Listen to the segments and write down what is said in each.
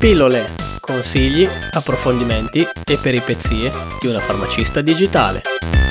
Pillole, consigli, approfondimenti e peripezie di una farmacista digitale.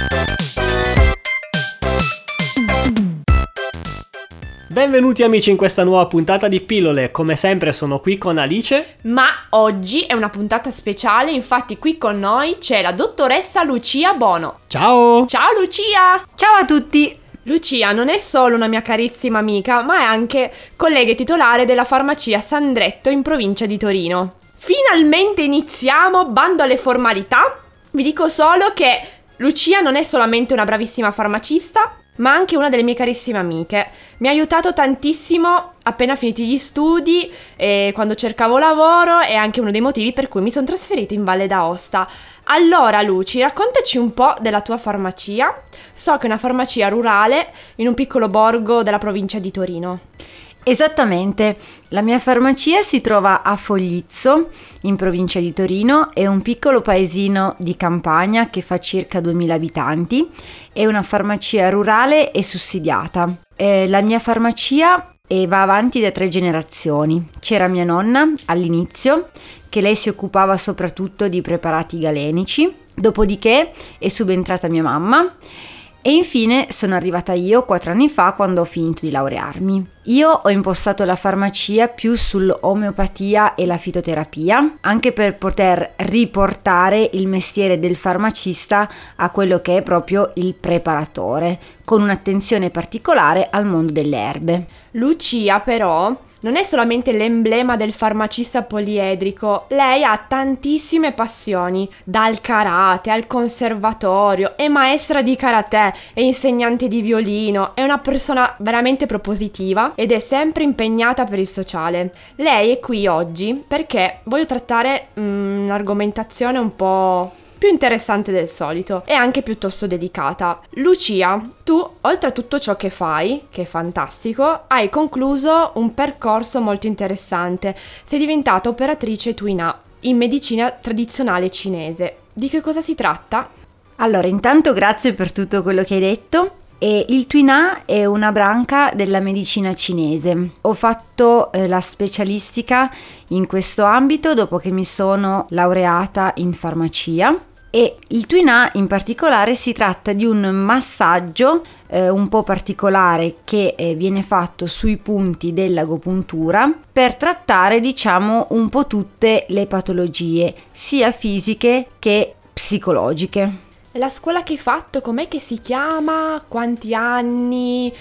Benvenuti amici in questa nuova puntata di Pillole, come sempre sono qui con Alice. Ma oggi è una puntata speciale, infatti qui con noi c'è la dottoressa Lucia Bono. Ciao! Ciao Lucia! Ciao a tutti! Lucia non è solo una mia carissima amica, ma è anche collega titolare della farmacia Sandretto in provincia di Torino. Finalmente iniziamo, bando alle formalità. Vi dico solo che Lucia non è solamente una bravissima farmacista, ma anche una delle mie carissime amiche. Mi ha aiutato tantissimo appena finiti gli studi, quando cercavo lavoro, e anche uno dei motivi per cui mi sono trasferita in Valle d'Aosta. Allora Luci, raccontaci un po' della tua farmacia. So che è una farmacia rurale in un piccolo borgo della provincia di Torino. Esattamente, la mia farmacia si trova a Foglizzo, in provincia di Torino, è un piccolo paesino di campagna che fa circa 2000 abitanti, è una farmacia rurale e sussidiata. La mia farmacia va avanti da 3 generazioni. C'era mia nonna all'inizio, che lei si occupava soprattutto di preparati galenici, dopodiché è subentrata mia mamma e infine sono arrivata io 4 anni fa quando ho finito di laurearmi. Io ho impostato la farmacia più sull'omeopatia e la fitoterapia, anche per poter riportare il mestiere del farmacista a quello che è proprio il preparatore, con un'attenzione particolare al mondo delle erbe. Lucia però non è solamente l'emblema del farmacista poliedrico, lei ha tantissime passioni, dal karate al conservatorio, è maestra di karate, è insegnante di violino, è una persona veramente propositiva ed è sempre impegnata per il sociale. Lei è qui oggi perché voglio trattare un'argomentazione un po' più interessante del solito e anche piuttosto delicata. Lucia, tu, oltre a tutto ciò che fai, che è fantastico, hai concluso un percorso molto interessante. Sei diventata operatrice Tuina in medicina tradizionale cinese. Di che cosa si tratta? Allora, intanto grazie per tutto quello che hai detto. E il Tuina è una branca della medicina cinese. Ho fatto la specialistica in questo ambito dopo che mi sono laureata in farmacia. E il Tuina in particolare si tratta di un massaggio un po' particolare che viene fatto sui punti dell'agopuntura per trattare, diciamo, un po' tutte le patologie, sia fisiche che psicologiche. La scuola che hai fatto, com'è che si chiama? Quanti anni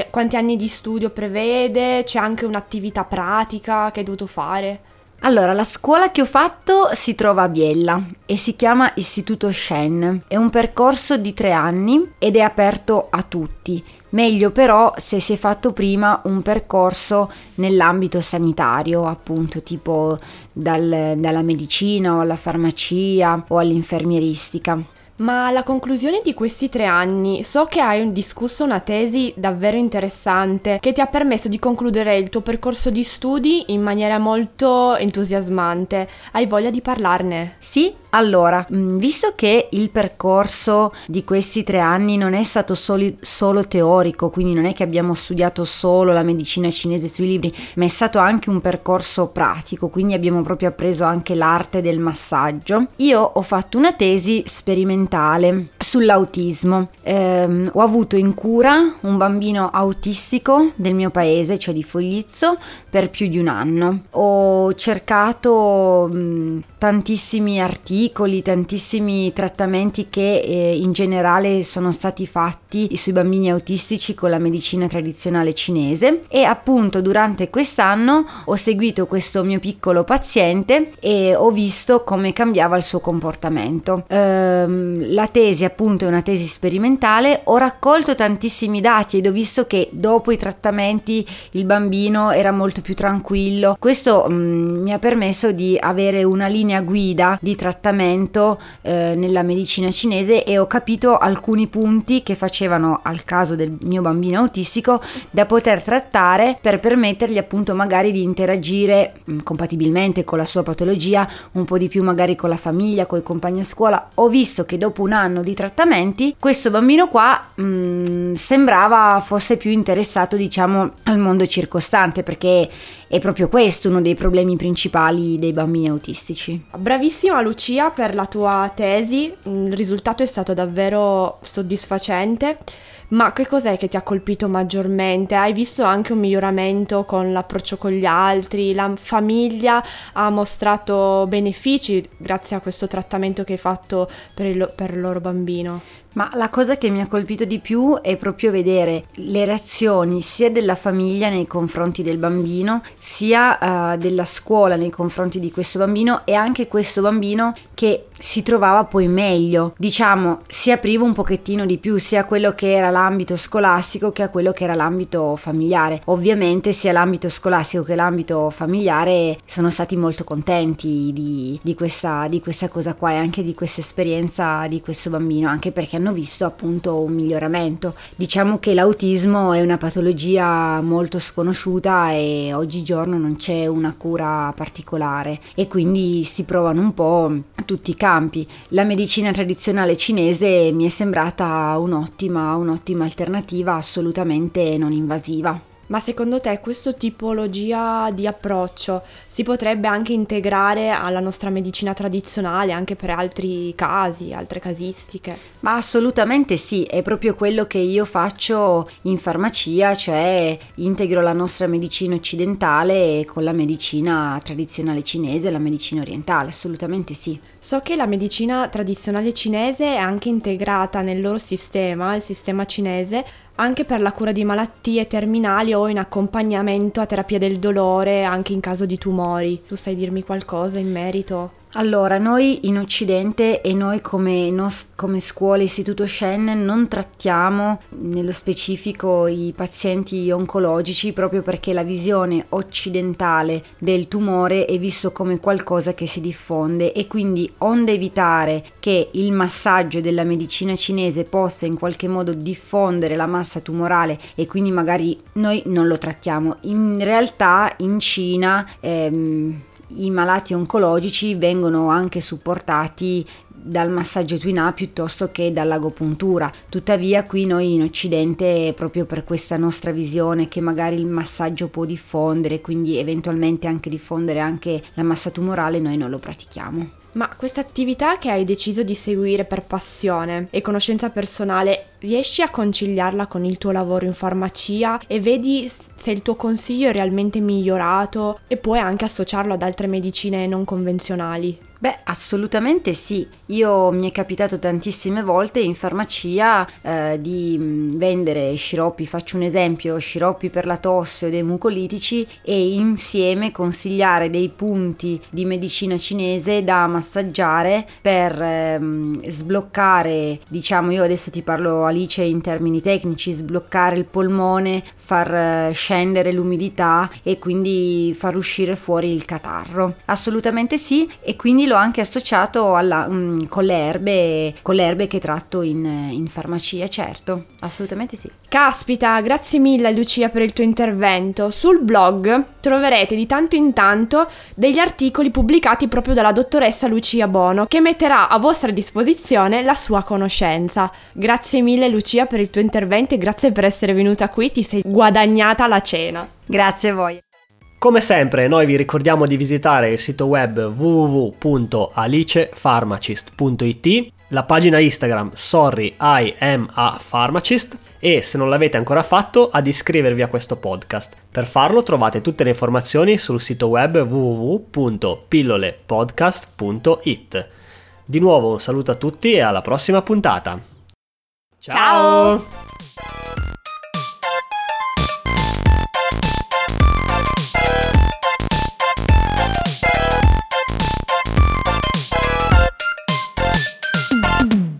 di studio prevede? C'è anche un'attività pratica che hai dovuto fare? Allora, la scuola che ho fatto si trova a Biella e si chiama Istituto Shen. È un percorso di 3 anni ed è aperto a tutti. Meglio però se si è fatto prima un percorso nell'ambito sanitario, appunto, tipo dalla medicina o alla farmacia o all'infermieristica. Ma alla conclusione di questi 3 anni so che hai discusso una tesi davvero interessante che ti ha permesso di concludere il tuo percorso di studi in maniera molto entusiasmante. Hai voglia di parlarne? Sì, allora, visto che il percorso di questi 3 anni non è stato solo teorico, quindi non è che abbiamo studiato solo la medicina cinese sui libri, ma è stato anche un percorso pratico, quindi abbiamo proprio appreso anche l'arte del massaggio. Io ho fatto una tesi sperimentale sull'autismo. Ho avuto in cura un bambino autistico del mio paese, cioè di Foglizzo, per più di 1 anno. Ho cercato tantissimi articoli, tantissimi trattamenti che in generale sono stati fatti sui bambini autistici con la medicina tradizionale cinese, e appunto durante quest'anno ho seguito questo mio piccolo paziente e ho visto come cambiava il suo comportamento. La tesi appunto è una tesi sperimentale, ho raccolto tantissimi dati ed ho visto che dopo i trattamenti il bambino era molto più tranquillo. Questo mi ha permesso di avere una linea guida di trattamento nella medicina cinese, e ho capito alcuni punti che facevano al caso del mio bambino autistico da poter trattare per permettergli appunto magari di interagire compatibilmente con la sua patologia un po' di più magari con la famiglia, con i compagni a scuola. Ho visto che dopo 1 anno di trattamenti questo bambino qua sembrava fosse più interessato, diciamo, al mondo circostante, perché è proprio questo uno dei problemi principali dei bambini autistici. Bravissima Lucia per la tua tesi, il risultato è stato davvero soddisfacente. Ma che cos'è che ti ha colpito maggiormente? Hai visto anche un miglioramento con l'approccio con gli altri? La famiglia ha mostrato benefici grazie a questo trattamento che hai fatto per il loro bambino? Ma la cosa che mi ha colpito di più è proprio vedere le reazioni sia della famiglia nei confronti del bambino, sia della scuola nei confronti di questo bambino, e anche questo bambino che si trovava poi meglio, diciamo, si apriva un pochettino di più sia a quello che era l'ambito scolastico che a quello che era l'ambito familiare. Ovviamente sia l'ambito scolastico che l'ambito familiare sono stati molto contenti di questa cosa qua, e anche di questa esperienza di questo bambino, anche perché hanno visto appunto un miglioramento. Diciamo che l'autismo è una patologia molto sconosciuta e oggigiorno non c'è una cura particolare, e quindi si provano un po' tutti i campi. La medicina tradizionale cinese mi è sembrata un'ottima alternativa, assolutamente non invasiva. Ma secondo te questa tipologia di approccio si potrebbe anche integrare alla nostra medicina tradizionale anche per altri casi, altre casistiche? Ma assolutamente sì, è proprio quello che io faccio in farmacia, cioè integro la nostra medicina occidentale con la medicina tradizionale cinese, la medicina orientale, assolutamente sì. So che la medicina tradizionale cinese è anche integrata nel loro sistema, il sistema cinese, anche per la cura di malattie terminali o in accompagnamento a terapia del dolore anche in caso di tumori. Tu sai dirmi qualcosa in merito? Allora, noi in Occidente e noi come scuola Istituto Shen non trattiamo nello specifico i pazienti oncologici, proprio perché la visione occidentale del tumore è visto come qualcosa che si diffonde, e quindi onde evitare che il massaggio della medicina cinese possa in qualche modo diffondere la massa tumorale, e quindi magari noi non lo trattiamo. In realtà in Cina i malati oncologici vengono anche supportati dal massaggio Twin A piuttosto che dall'agopuntura. Tuttavia qui noi in Occidente, proprio per questa nostra visione che magari il massaggio può diffondere, quindi eventualmente anche diffondere anche la massa tumorale, noi non lo pratichiamo. Ma questa attività che hai deciso di seguire per passione e conoscenza personale, riesci a conciliarla con il tuo lavoro in farmacia e vedi se il tuo consiglio è realmente migliorato, e puoi anche associarlo ad altre medicine non convenzionali? Beh, assolutamente sì. Mi è capitato tantissime volte in farmacia di vendere sciroppi, faccio un esempio, sciroppi per la tosse o dei mucolitici, e insieme consigliare dei punti di medicina cinese da massaggiare per sbloccare, diciamo, io adesso ti parlo Alice in termini tecnici, sbloccare il polmone, far scendere l'umidità e quindi far uscire fuori il catarro. Assolutamente sì, e quindi l'ho anche associato con le erbe che tratto in farmacia, certo, assolutamente sì. Caspita, grazie mille Lucia per il tuo intervento. Sul blog troverete di tanto in tanto degli articoli pubblicati proprio dalla dottoressa Lucia Bono, che metterà a vostra disposizione la sua conoscenza. Grazie mille Lucia per il tuo intervento e grazie per essere venuta qui, ti sei guadagnata la cena. Grazie a voi. Come sempre, noi vi ricordiamo di visitare il sito web www.alicepharmacist.it, la pagina Instagram Sorry I am a pharmacist, e se non l'avete ancora fatto, ad iscrivervi a questo podcast. Per farlo trovate tutte le informazioni sul sito web www.pillolepodcast.it. Di nuovo un saluto a tutti e alla prossima puntata. Ciao!